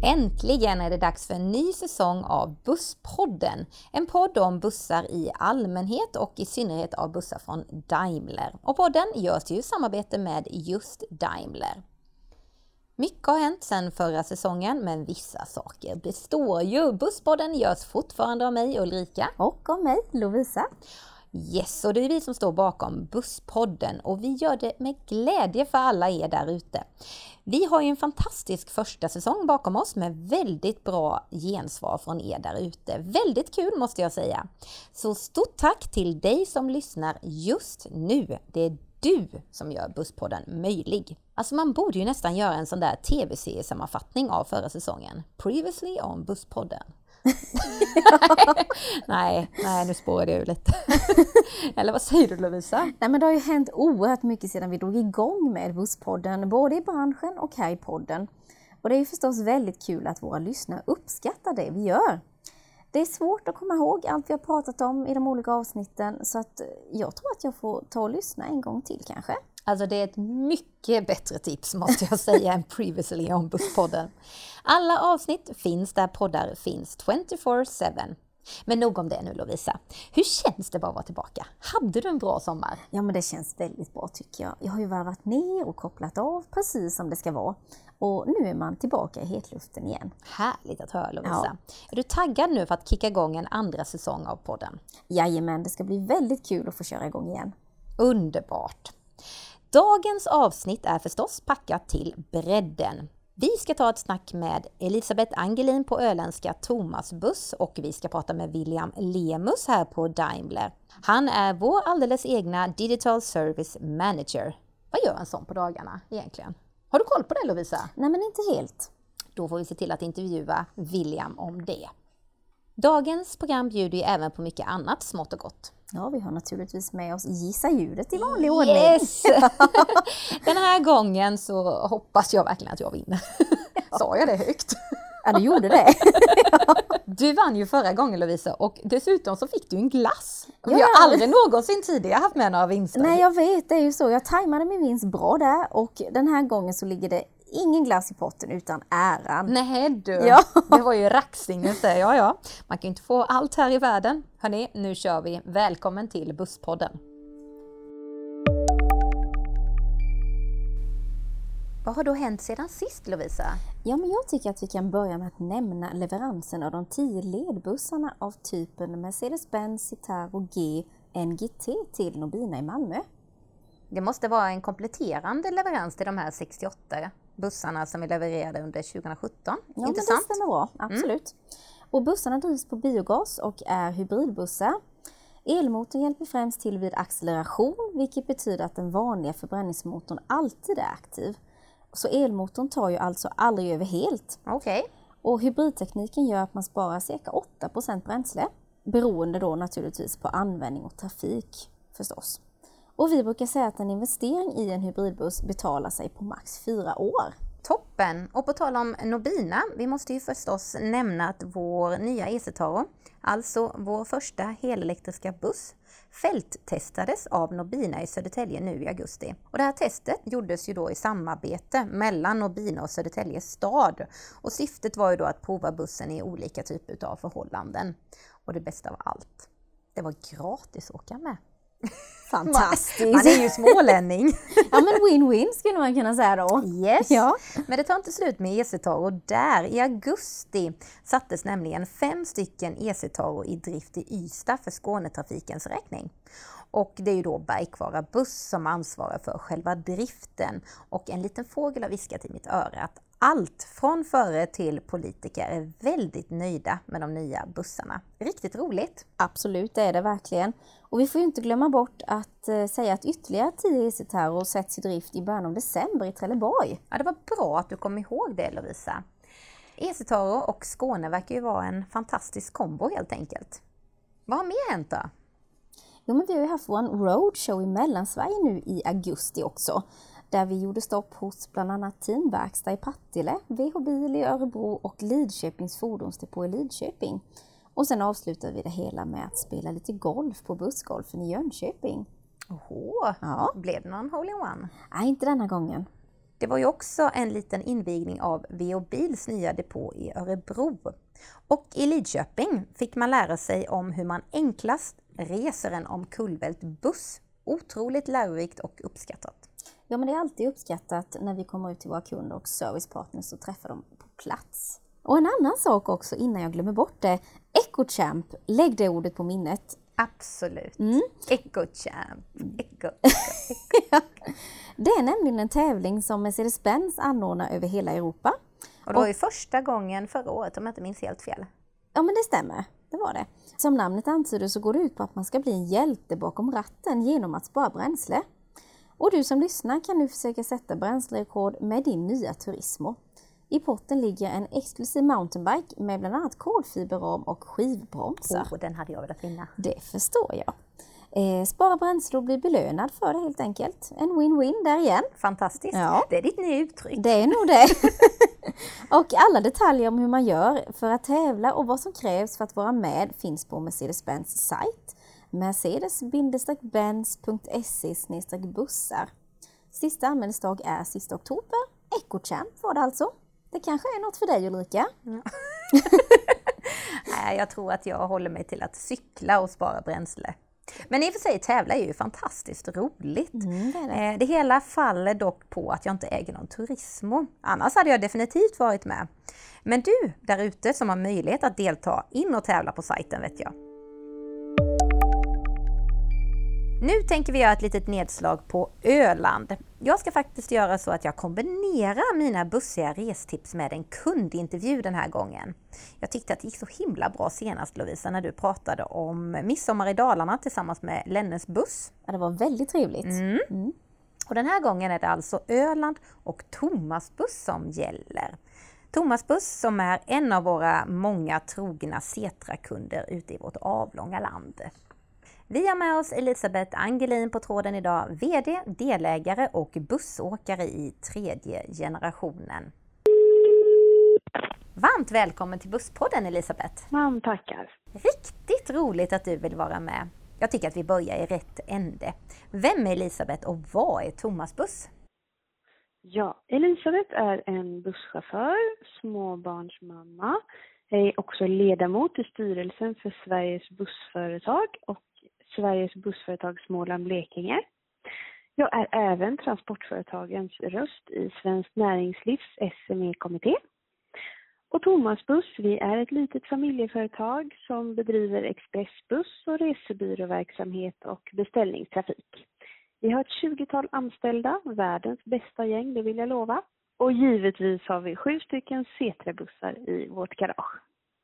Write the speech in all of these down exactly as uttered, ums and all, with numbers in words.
Äntligen är det dags för en ny säsong av Busspodden. En podd om bussar i allmänhet och i synnerhet av bussar från Daimler. Och podden görs ju i samarbete med just Daimler. Mycket har hänt sedan förra säsongen, men vissa saker består ju. Busspodden görs fortfarande av mig, Ulrika. Och av mig, Lovisa. Yes, och det är vi som står bakom Busspodden och vi gör det med glädje för alla er där ute. Vi har ju en fantastisk första säsong bakom oss med väldigt bra gensvar från er där ute. Väldigt kul måste jag säga. Så stort tack till dig som lyssnar just nu. Det är du som gör Busspodden möjlig. Alltså man borde ju nästan göra en sån där tv-seriesammanfattning av förra säsongen. Previously on Busspodden. nej, nej, nu spårar det ju lite. Eller vad säger du, Lovisa? Nej, men det har ju hänt oerhört mycket sedan vi drog igång med Busspodden, både i branschen och här i podden. Och det är ju förstås väldigt kul att våra lyssnare uppskattar det vi gör. Det är svårt att komma ihåg allt vi har pratat om i de olika avsnitten, så att jag tror att jag får ta och lyssna en gång till kanske. Alltså det är ett mycket bättre tips måste jag säga än Previously on Busspodden. Alla avsnitt finns där poddar finns tjugofyra sju. Men nog om det nu, Lovisa. Hur känns det bara att vara tillbaka? Hade du en bra sommar? Ja, men det känns väldigt bra tycker jag. Jag har ju varvat ner och kopplat av precis som det ska vara. Och nu är man tillbaka i hetluften igen. Härligt att höra, Lovisa. Ja. Är du taggad nu för att kicka igång en andra säsong av podden? Jajamän, det ska bli väldigt kul att få köra igång igen. Underbart! Dagens avsnitt är förstås packat till bredden. Vi ska ta ett snack med Elisabeth Angelin på öländska Thomas Buss och vi ska prata med William Lemus här på Daimler. Han är vår alldeles egna Digital Service Manager. Vad gör en sån på dagarna egentligen? Har du koll på det, Lovisa? Nej, men inte helt. Då får vi se till att intervjua William om det. Dagens program bjuder ju även på mycket annat smått och gott. Ja, vi har naturligtvis med oss Gissa ljudet i vanlig ordning. Yes! Den här gången så hoppas jag verkligen att jag vinner. Sa jag det högt? Ja, du gjorde det. Du vann ju förra gången, Lovisa, och dessutom så fick du en glass. Ja. Vi har aldrig någonsin tidigare haft med några vinster. Nej, jag vet, det är ju så. Jag tajmade min vinst bra där och den här gången så ligger det ingen glass i potten utan äran. Nej du, ja. Det var ju raxinget där. Ja, ja. Man kan ju inte få allt här i världen. Hörrni, nu kör vi. Välkommen till Busspodden. Vad har då hänt sedan sist, Lovisa? Ja, men jag tycker att vi kan börja med att nämna leveransen av de tio ledbussarna av typen Mercedes-Benz Citaro G N G T till Nobina i Malmö. Det måste vara en kompletterande leverans till de här sextioåtta bussarna som vi levererade under tjugosjutton. Ja, Intressant. Men det stämmer bra, absolut. Mm. Och bussarna drivs på biogas och är hybridbussar. Elmotorn hjälper främst till vid acceleration, vilket betyder att den vanliga förbränningsmotorn alltid är aktiv. Så elmotorn tar ju alltså aldrig över helt. Okej. Okay. Och hybridtekniken gör att man sparar cirka åtta procent bränsle, beroende då naturligtvis på användning och trafik förstås. Och vi brukar säga att en investering i en hybridbuss betalar sig på max fyra år. Toppen! Och på tal om Nobina, vi måste ju förstås nämna att vår nya E-Citaro, alltså vår första helelektriska buss, fälttestades av Nobina i Södertälje nu i augusti. Och det här testet gjordes ju då i samarbete mellan Nobina och Södertälje stad. Och syftet var ju då att prova bussen i olika typer av förhållanden. Och det bästa av allt, det var gratis att åka med. Fantastiskt. Man, man är ju smålänning. Ja, men win-win skulle man kunna säga då. Yes. Ja. Men det tar inte slut med E-Citaro. Där i augusti sattes nämligen fem stycken E-Citaro i drift i Ystad för Skånetrafikens räkning. Och det är ju då Bergkvara Buss som ansvarar för själva driften. Och en liten fågel har viskat i mitt öra att allt från förare till politiker är väldigt nöjda med de nya bussarna. Riktigt roligt. Absolut, det är det verkligen. Och vi får ju inte glömma bort att eh, säga att ytterligare tio E-Citaro sätts i drift i början av december i Trelleborg. Ja, det var bra att du kom ihåg det, Lovisa. E-Citaro och Skåne verkar ju vara en fantastisk kombo helt enkelt. Vad har mer hänt då? Jo, men vi har ju haft vår roadshow i Mellansverige nu i augusti också. Där vi gjorde stopp hos bland annat Teamverkstad i Partille, V H Bil i Örebro och Lidköpings fordonsdepå i Lidköping. Och sen avslutade vi det hela med att spela lite golf på bussgolfen i Jönköping. Oho, ja. Blev det någon hole in one? Nej, inte denna gången. Det var ju också en liten invigning av V och Bils nya depå i Örebro. Och i Lidköping fick man lära sig om hur man enklast reser en omkullvält buss. Otroligt lärorikt och uppskattat. Ja, men det är alltid uppskattat när vi kommer ut till våra kunder och servicepartners och träffar dem på plats. Och en annan sak också innan jag glömmer bort det. EcoChamp, lägg det ordet på minnet. Absolut. Mm. EcoChamp. Eco, eco, ja. Det är nämligen en tävling som Mercedes-Benz anordnar över hela Europa. Och det var ju första gången förra året, om jag inte minns helt fel. Ja, men det stämmer. Det var det. Som namnet antyder så går det ut på att man ska bli en hjälte bakom ratten genom att spara bränsle. Och du som lyssnar kan nu försöka sätta bränslerekord med din nya Turismo. I potten ligger en exklusiv mountainbike med bland annat kolfiberram och skivbromsar. Oh, den hade jag velat vinna. Det förstår jag. Eh, spara bränsle och bli belönad för det helt enkelt. En win-win där igen. Fantastiskt. Ja. Det är ditt nya uttryck. Det är nog det. Och alla detaljer om hur man gör för att tävla och vad som krävs för att vara med finns på Mercedes-Benz sajt. mercedes benz punkt se slash bussar. Sista anmälningsdag är sista oktober. EcoChamp var det alltså. Det kanske är något för dig, Ulrika. Ja. Nej, jag tror att jag håller mig till att cykla och spara bränsle. Men i och för sig tävla är ju fantastiskt roligt. Mm, det, är det. det hela faller dock på att jag inte äger någon Turismo. Annars hade jag definitivt varit med. Men du där ute som har möjlighet att delta, in och tävla på sajten vet jag. Nu tänker vi göra ett litet nedslag på Öland. Jag ska faktiskt göra så att jag kombinerar mina bussiga restips med en kundintervju den här gången. Jag tyckte att det gick så himla bra senast, Lovisa, när du pratade om midsommar i Dalarna tillsammans med Lennes buss. Ja, det var väldigt trevligt. Mm. Mm. Och den här gången är det alltså Öland och Thomas buss som gäller. Thomas buss som är en av våra många trogna Setra-kunder ute i vårt avlånga land. Vi har med oss Elisabeth Angelin på tråden idag, vd, delägare och bussåkare i tredje generationen. Varmt välkommen till Busspodden, Elisabeth. Man tackar. Riktigt roligt att du vill vara med. Jag tycker att vi börjar i rätt ände. Vem är Elisabeth och vad är Thomas buss? Ja, Elisabeth är en busschaufför, småbarnsmamma. Jag är också ledamot i styrelsen för Sveriges bussföretag och Sveriges bussföretag Småland-Blekinge. Jag är även transportföretagens röst i Svenskt Näringslivs S M E-kommitté. Och Thomas buss, vi är ett litet familjeföretag som bedriver expressbuss och resebyråverksamhet och beställningstrafik. Vi har ett tjugotal anställda, världens bästa gäng, det vill jag lova. Och givetvis har vi sju stycken Setra-bussar i vårt garage.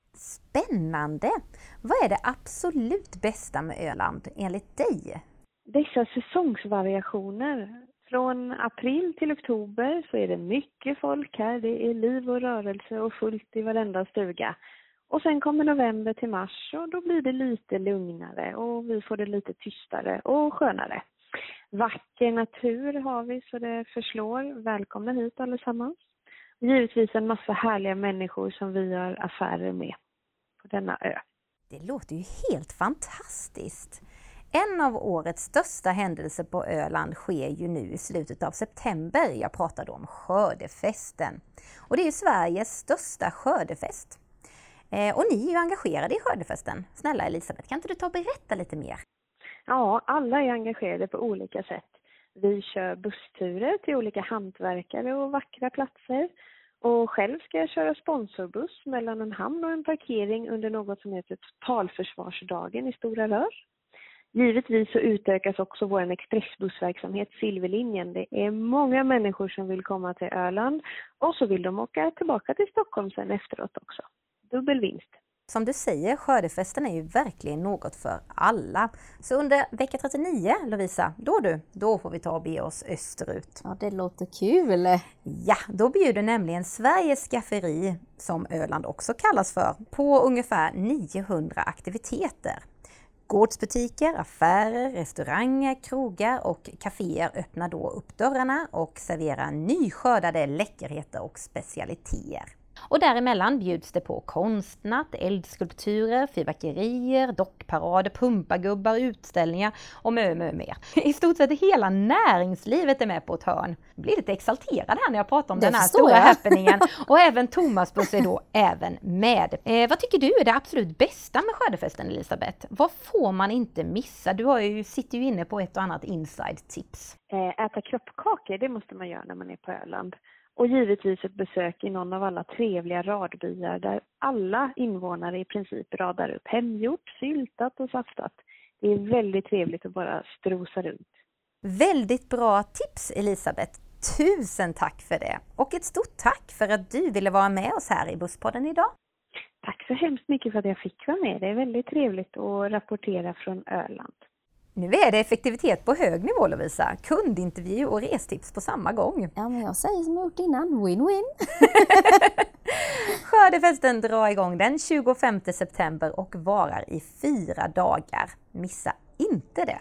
Spännande! Vad är det absolut bästa med Öland enligt dig? Dessa säsongsvariationer. Från april till oktober så är det mycket folk här. Det är liv och rörelse och fullt i varenda stuga. Och sen kommer november till mars och då blir det lite lugnare och vi får det lite tystare och skönare. Vacker natur har vi så det förslår. Välkomna hit allesammans. Givetvis en massa härliga människor som vi gör affärer med på denna ö. Det låter ju helt fantastiskt. En av årets största händelser på Öland sker ju nu i slutet av september. Jag pratade om skördefesten. Och det är ju Sveriges största skördefest. Eh, och ni är ju engagerade i skördefesten. Snälla Elisabeth, kan inte du ta och berätta lite mer? Ja, alla är engagerade på olika sätt. Vi kör bussturer till olika hantverkare och vackra platser. Och själv ska jag köra sponsorbuss mellan en hamn och en parkering under något som heter Totalförsvarsdagen i Stora Rör. Givetvis så utökas också vår expressbussverksamhet Silverlinjen. Det är många människor som vill komma till Öland och så vill de åka tillbaka till Stockholm sen efteråt också. Dubbel vinst. Som du säger, skördefesten är ju verkligen något för alla. Så under vecka trettionio, Lovisa, då du, då får vi ta och be oss österut. Ja, det låter kul. Ja, då bjuder nämligen Sveriges skafferi, som Öland också kallas för, på ungefär niohundra aktiviteter. Gårdsbutiker, affärer, restauranger, krogar och kaféer öppnar då upp dörrarna och serverar nyskördade läckerheter och specialiteter. Och däremellan bjuds det på konstnatt, eldskulpturer, fyrverkerier, dockparader, pumpagubbar, utställningar och mycket, mycket mer. I stort sett hela näringslivet är med på ett hörn. Jag blir lite exalterad här när jag pratar om det den här stora jag. happeningen. Och även Thomas Buss är då även med. Eh, vad tycker du är det absolut bästa med Skördefesten, Elisabeth? Vad får man inte missa? Du har ju, sitter ju inne på ett och annat inside-tips. Äta kroppkakor, det måste man göra när man är på Öland. Och givetvis ett besök i någon av alla trevliga radbyar där alla invånare i princip radar upp hemgjort, syltat och saftat. Det är väldigt trevligt att bara strosa runt. Väldigt bra tips, Elisabeth. Tusen tack för det. Och ett stort tack för att du ville vara med oss här i Busspodden idag. Tack så hemskt mycket för att jag fick vara med. Det är väldigt trevligt att rapportera från Öland. Nu är det effektivitet på hög nivå, Lovisa. Kundintervju och restips på samma gång. Ja, men jag säger som jag gjort innan, win-win. Skördefesten drar igång den tjugofemte september och varar i fyra dagar. Missa inte det!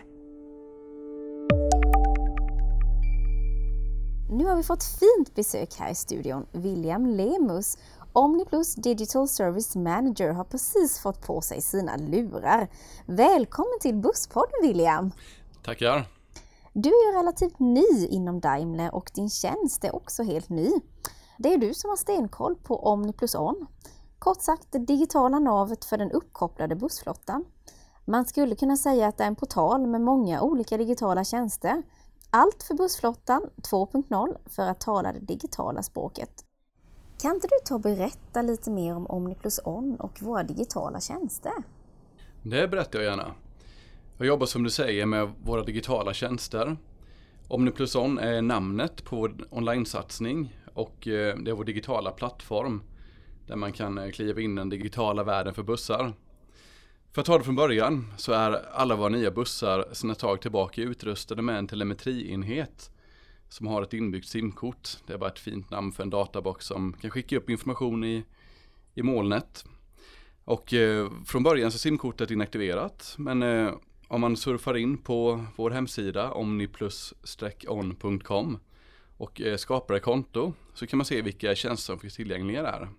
Nu har vi fått fint besök här i studion. William Lemus, Omniplus Digital Service Manager, har precis fått på sig sina lurar. Välkommen till Busspodden, William! Tackar! Du är ju relativt ny inom Daimler och din tjänst är också helt ny. Det är du som har stenkoll på Omniplus On. Kort sagt det digitala navet för den uppkopplade bussflottan. Man skulle kunna säga att det är en portal med många olika digitala tjänster. Allt för bussflottan två punkt noll för att tala det digitala språket. Kan inte du ta och berätta lite mer om Omniplus On och våra digitala tjänster? Det berättar jag gärna. Jag jobbar som du säger med våra digitala tjänster. Omniplus On är namnet på vår online-satsning och det är vår digitala plattform där man kan kliva in i den digitala världen för bussar. För att ta det från början så är alla våra nya bussar sedan ett tag tillbaka utrustade med en telemetrienhet som har ett inbyggt simkort. Det är bara ett fint namn för en databox som kan skicka upp information i, i molnet. Och eh, från början så är simkortet inaktiverat, men eh, om man surfar in på vår hemsida omniplus on punkt com och eh, skapar ett konto så kan man se vilka tjänster som finns tillgängliga där.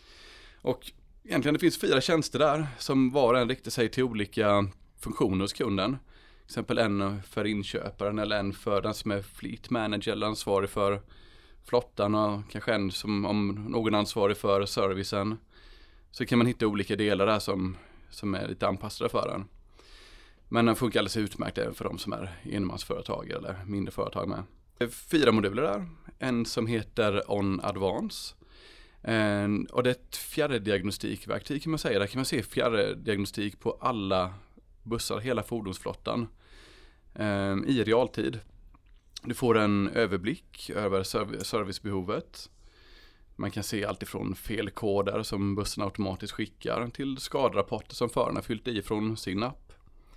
Och egentligen det finns fyra tjänster där som var och en riktar sig till olika funktioner hos kunden. Till exempel en för inköparen eller en för den som är fleet manager eller ansvarig för flottan och kanske en som om någon är ansvarig för servicen. Så kan man hitta olika delar där som, som är lite anpassade för den. Men den funkar alldeles utmärkt även för de som är enmansföretag eller mindre företag med. Det är fyra moduler där. En som heter On Advance. En, och det är ett fjärrdiagnostikverktyg kan man säga. Där kan man se fjärrdiagnostik på alla bussar, hela fordonsflottan eh, i realtid. Du får en överblick över serv- servicebehovet. Man kan se allt ifrån felkoder som bussen automatiskt skickar till skadrapporter som föraren har fyllt i från sin app.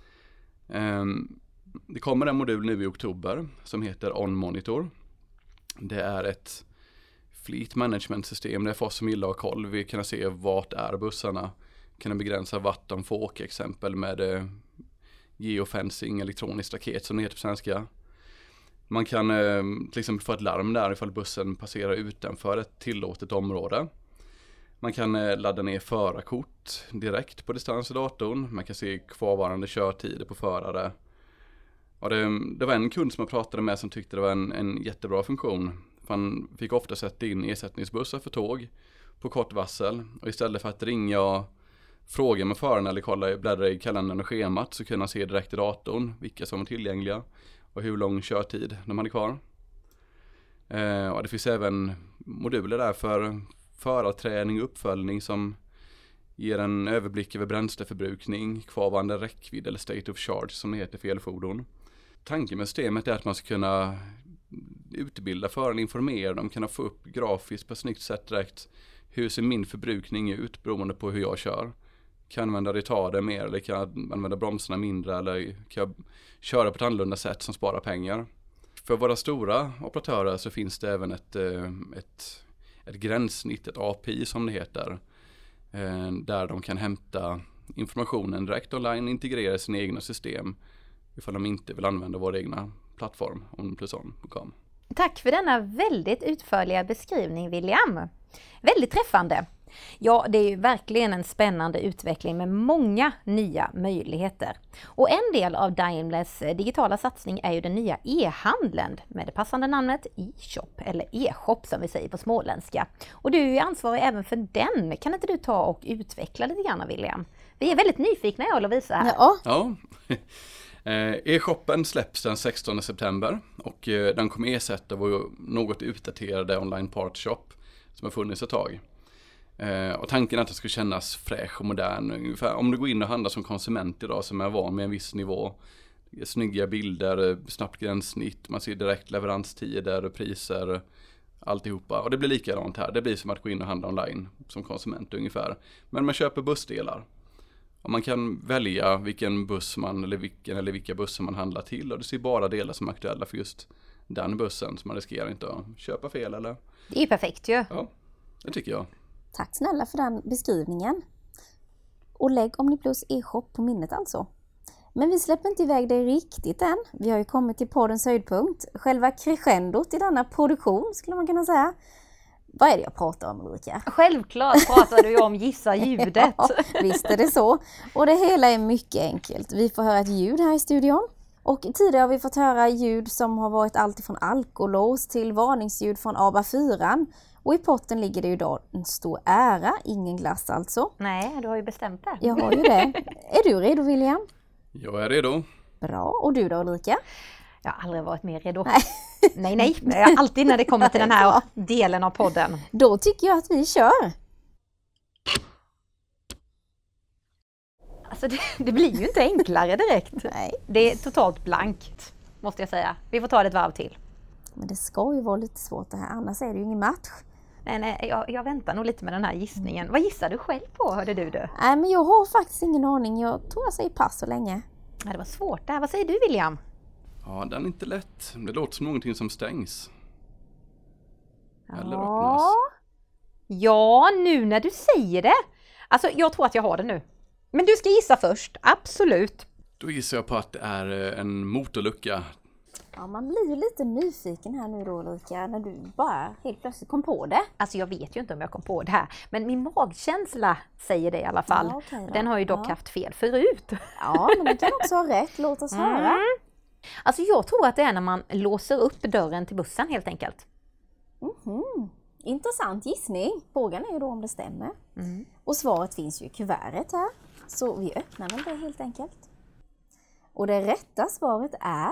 Eh, det kommer en modul nu i oktober som heter On Monitor. Det är ett fleet management system. Det är för oss som gillar att ha koll. Vi kan se vart är bussarna. Kan begränsa vart de får åka, exempel med eh, geofencing, elektronisk raket som det heter på svenska. Man kan eh, till exempel få ett larm där ifall bussen passerar utanför ett tillåtet område. Man kan eh, ladda ner förarkort direkt på distans i datorn. Man kan se kvarvarande körtider på förare. Och det, det var en kund som jag pratade med som tyckte det var en, en jättebra funktion. Man fick ofta sätta in ersättningsbussar för tåg på kort varsel. Och istället för att ringa och fråga med föraren eller kolla, bläddra i kalendern och schemat så kunde man se direkt i datorn vilka som var tillgängliga och hur lång körtid de hade kvar. Eh, och det finns även moduler där för förarträning och uppföljning som ger en överblick över bränsleförbrukning, kvarvarande räckvidd eller state of charge som det heter för elfordon. Tanken med systemet är att man ska kunna utbilda föraren, informera dem, kunna få upp grafiskt på ett snyggt sätt direkt. Hur ser min förbrukning ut beroende på hur jag kör? Kan jag använda retarder mer eller kan jag använda bromsarna mindre eller kan jag köra på ett annorlunda sätt som sparar pengar? För våra stora operatörer så finns det även ett, ett, ett gränssnitt, ett A P I som det heter. Där de kan hämta informationen direkt online, integrera sina egna system ifall de inte vill använda vår egna plattform omniplus on punkt com. Tack för denna väldigt utförliga beskrivning, William. Väldigt träffande. Ja, det är ju verkligen en spännande utveckling med många nya möjligheter. Och en del av Daimlers digitala satsning är ju den nya e-handeln med det passande namnet e-shop eller e-shop som vi säger på småländska. Och du är ju ansvarig även för den. Kan inte du ta och utveckla lite grann, William? Vi är väldigt nyfikna, jag och Lovisa här. Ja. Ja. E-shoppen släpps den sextonde september och den kommer ersätta vår något utdaterade online partshop som har funnits ett tag. Och tanken är att det ska kännas fräsch och modern. Ungefär om du går in och handlar som konsument idag som är van med en viss nivå. Snygga bilder, snabbt gränssnitt, man ser direkt leveranstider, priser, alltihopa. Och det blir likadant här. Det blir som att gå in och handla online som konsument ungefär. Men man köper bussdelar. Och man kan välja vilken buss man eller vilken eller vilka bussar man handlar till. Och det ser bara delar som är aktuella för just den bussen. Så man riskerar inte att köpa fel eller... Det är ju perfekt ju. Ja, det tycker jag. Tack snälla för den beskrivningen. Och lägg OmniPlus e-shop på minnet alltså. Men vi släpper inte iväg det riktigt än. Vi har ju kommit till poddens höjdpunkt. Själva crescendot i denna produktion skulle man kunna säga. Vad är det jag pratar om, Ulrika? Självklart pratar du ju om gissa ljudet. Ja, visst är det så. Och det hela är mycket enkelt. Vi får höra ett ljud här i studion. Och tidigare har vi fått höra ljud som har varit allt från alkolås till varningsljud från A B A fyra. Och i potten ligger det ju idag en stor ära, ingen glass alltså. Nej, du har ju bestämt det. Jag har ju det. Är du redo, William? Jag är redo. Bra. Och du då, Ulrika? Jag har aldrig varit mer redo. Nej. nej, nej. Jag är alltid när det kommer till den här delen av podden. Då tycker jag att vi kör. Alltså det, det blir ju inte enklare direkt. Nej. Det är totalt blankt, måste jag säga. Vi får ta det ett varv till. Men det ska ju vara lite svårt det här, annars är det ju ingen match. Nej, nej, jag, jag väntar nog lite med den här gissningen. Mm. Vad gissar du själv på, hörde du du? Nej, men jag har faktiskt ingen aning. Jag tror jag säger pass så länge. Ja, det var svårt det här. Vad säger du, William? Ja, den är inte lätt. Det låter som någonting som stängs. Eller ja. öppnas. Ja, nu när du säger det. Alltså, jag tror att jag har det nu. Men du ska gissa först, absolut. Då gissar jag på att det är en motorlucka. Ja, man blir ju lite nyfiken här nu då, Ulrika, när du bara helt plötsligt kom på det. Alltså jag vet ju inte om jag kom på det här, men min magkänsla säger det i alla fall. Ja, okay då. Den har ju dock ja. haft fel förut. Ja, men den kan också ha rätt. Låt oss höra. Mm. Alltså jag tror att det är när man låser upp dörren till bussen helt enkelt. Mm-hmm. Intressant gissning. Frågan är ju då om det stämmer. Mm. Och svaret finns ju i kuvertet här. Så vi öppnar väl det helt enkelt. Och det rätta svaret är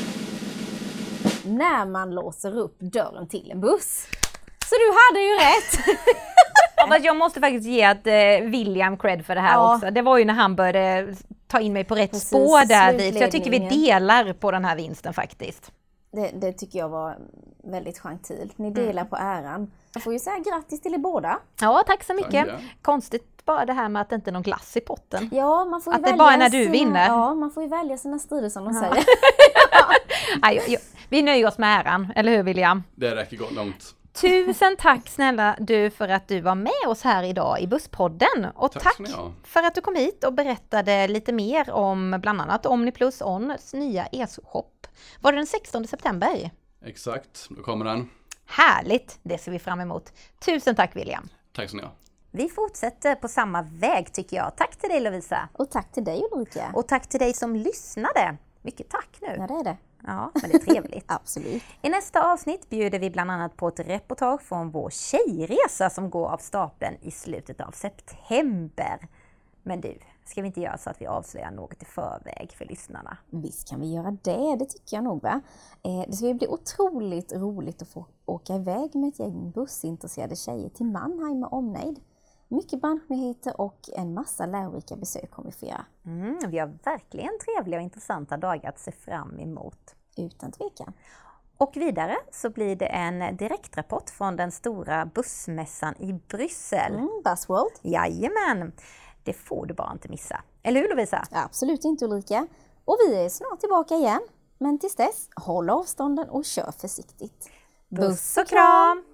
när man låser upp dörren till en buss. Så du hade ju rätt. Ja, men jag måste faktiskt ge att eh, William cred för det här ja. också. Det var ju när han började ta in mig på rätt Precis, spår där vid. Så jag tycker vi delar på den här vinsten faktiskt. Det, det tycker jag var väldigt gentilt. Ni delar mm. på äran. Jag får ju säga grattis till er båda. Ja, tack så mycket. Tack. Konstigt bara det här med att det inte är någon glass i potten. Ja, man får ju att välja det bara är när du sina, vinner. Ja, man får ju välja sina strider som de ja. säger. ja, jag, jag, vi nöjer oss med äran, eller hur William? Det räcker gott långt. Tusen tack snälla du för att du var med oss här idag i Busspodden. Och tack, tack för att du kom hit och berättade lite mer om bland annat OmniPlus Ons nya e-shop. Var det den sextonde september? Exakt, då kommer den. Härligt, det ser vi fram emot. Tusen tack William. Tack så mycket. Vi fortsätter på samma väg tycker jag. Tack till dig Lovisa. Och tack till dig Ulrika. Och tack till dig som lyssnade. Mycket tack nu. Ja, det är det. Ja, men det är trevligt. Absolut. I nästa avsnitt bjuder vi bland annat på ett reportage från vår tjejresa som går av stapeln i slutet av september. Men du, ska vi inte göra så att vi avslöjar något i förväg för lyssnarna? Visst kan vi göra det, det tycker jag nog va. Eh, det ska bli otroligt roligt att få åka iväg med ett gäng bussintresserade tjejer till Mannheim och omnejd. Mycket branschnyheter och en massa lärorika besök kommer vi få göra. Mm, vi har verkligen trevliga och intressanta dagar att se fram emot. Utan tvekan. Och vidare så blir det en direktrapport från den stora bussmässan i Bryssel. Mm, Buzzworld. Jajamän, det får du bara inte missa. Eller hur Lovisa? Absolut inte Ulrika. Och vi är snart tillbaka igen. Men tills dess, håll avstånden och kör försiktigt. Buss och kram!